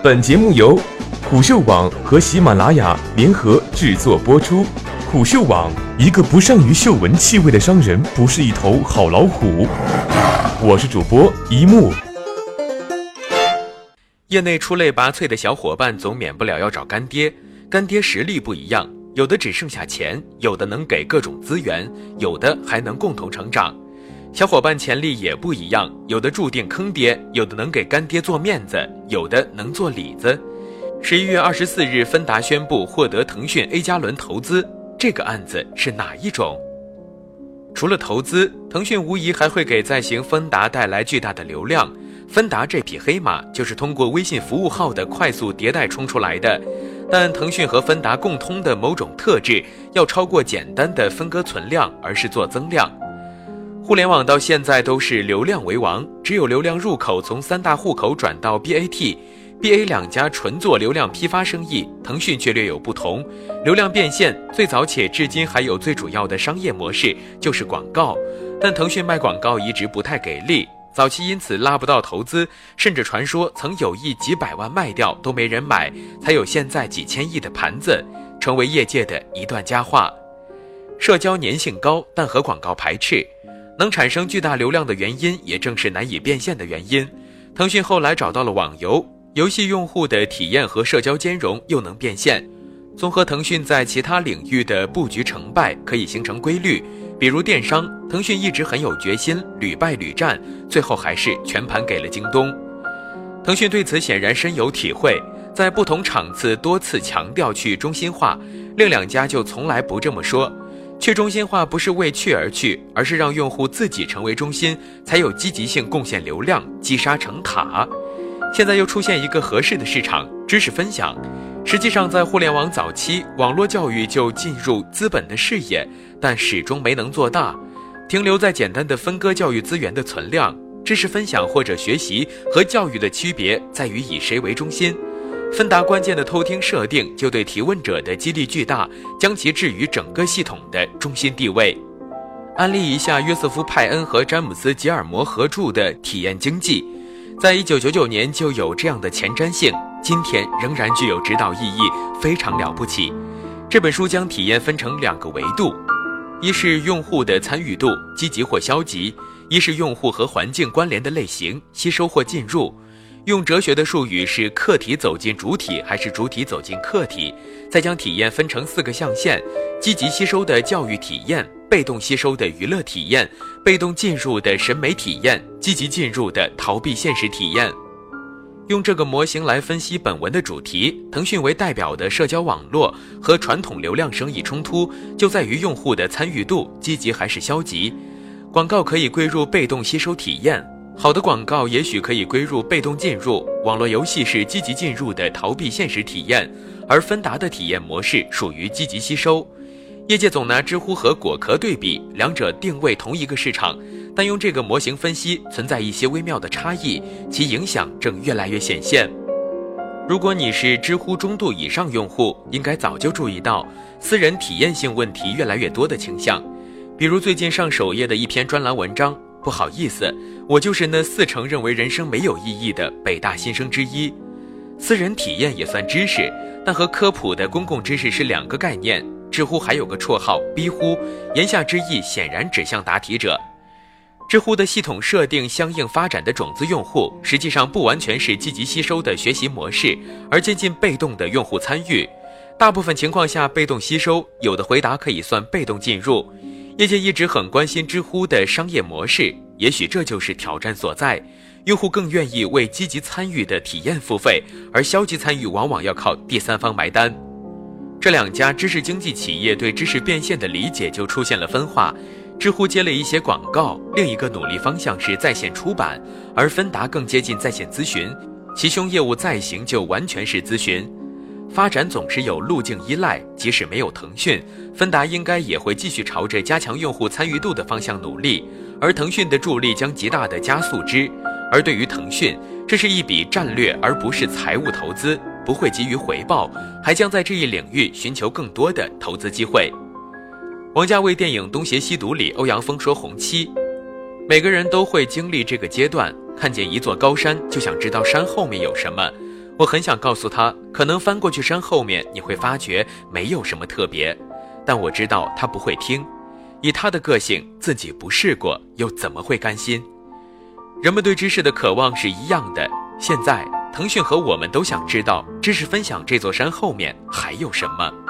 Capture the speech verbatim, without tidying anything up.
本节目由虎嗅网和喜马拉雅联合制作播出。虎嗅网：一个不善于嗅闻气味的商人不是一头好老虎。我是主播一木。 业内出类拔萃的小伙伴总免不了要找干爹，干爹实力不一样，有的只剩下钱，有的能给各种资源，有的还能共同成长。小伙伴潜力也不一样，有的注定坑爹，有的能给干爹做面子，有的能做里子。十一月二十四日，芬达宣布获得腾讯 A 加轮投资，这个案子是哪一种？除了投资，腾讯无疑还会给在行芬达带来巨大的流量。芬达这匹黑马就是通过微信服务号的快速迭代冲出来的，但腾讯和芬达共通的某种特质，要超过简单的分割存量，而是做增量。互联网到现在都是流量为王，只有流量入口从三大户口转到 B A T、B A 两家纯做流量批发生意，腾讯却略有不同。流量变现最早且至今还有最主要的商业模式就是广告，但腾讯卖广告一直不太给力，早期因此拉不到投资，甚至传说曾有意几百万卖掉都没人买，才有现在几千亿的盘子，成为业界的一段佳话。社交粘性高，但和广告排斥，能产生巨大流量的原因也正是难以变现的原因。腾讯后来找到了网游，游戏用户的体验和社交兼容又能变现。综合腾讯在其他领域的布局成败，可以形成规律。比如电商，腾讯一直很有决心，屡败屡战，最后还是全盘给了京东。腾讯对此显然深有体会，在不同场次多次强调去中心化，另两家就从来不这么说。去中心化不是为去而去，而是让用户自己成为中心，才有积极性贡献流量，积沙成塔。现在又出现一个合适的市场，知识分享。实际上在互联网早期，网络教育就进入资本的视野，但始终没能做大，停留在简单的分割教育资源的存量。知识分享或者学习和教育的区别在于以谁为中心。芬达关键的偷听设定就对提问者的激励巨大，将其置于整个系统的中心地位。安利一下约瑟夫·派恩和詹姆斯·吉尔摩合著的《体验经济》，在一九九九年就有这样的前瞻性，今天仍然具有指导意义，非常了不起。这本书将体验分成两个维度，一是用户的参与度，积极或消极；一是用户和环境关联的类型，吸收或进入。用哲学的术语是客体走进主体还是主体走进客体，再将体验分成四个象限：积极吸收的教育体验，被动吸收的娱乐体验，被动进入的审美体验，积极进入的逃避现实体验。用这个模型来分析本文的主题，腾讯为代表的社交网络和传统流量生意冲突就在于用户的参与度，积极还是消极。广告可以归入被动吸收体验，好的广告也许可以归入被动进入，网络游戏是积极进入的逃避现实体验，而芬达的体验模式属于积极吸收。业界总拿知乎和果壳对比，两者定位同一个市场，但用这个模型分析存在一些微妙的差异，其影响正越来越显现。如果你是知乎中度以上用户，应该早就注意到私人体验性问题越来越多的倾向。比如最近上首页的一篇专栏文章，不好意思，我就是那四成认为人生没有意义的北大新生之一。私人体验也算知识，但和科普的公共知识是两个概念。知乎还有个绰号逼乎，言下之意显然指向答题者。知乎的系统设定相应发展的种子用户，实际上不完全是积极吸收的学习模式，而接近被动的用户参与。大部分情况下被动吸收，有的回答可以算被动进入。业界一直很关心知乎的商业模式，也许这就是挑战所在。用户更愿意为积极参与的体验付费，而消极参与往往要靠第三方埋单。这两家知识经济企业对知识变现的理解就出现了分化。知乎接了一些广告，另一个努力方向是在线出版，而芬达更接近在线咨询，其兄业务在行就完全是咨询。发展总是有路径依赖，即使没有腾讯，芬达应该也会继续朝着加强用户参与度的方向努力，而腾讯的助力将极大的加速之。而对于腾讯，这是一笔战略而不是财务投资，不会给予回报，还将在这一领域寻求更多的投资机会。王家卫电影《东邪西毒》里，欧阳锋说红漆，每个人都会经历这个阶段，看见一座高山就想知道山后面有什么。 我很想告诉他，可能翻过去山后面你会发觉没有什么特别，但我知道他不会听。以他的个性，自己不试过又怎么会甘心？人们对知识的渴望是一样的，现在腾讯和我们都想知道知识分享这座山后面还有什么。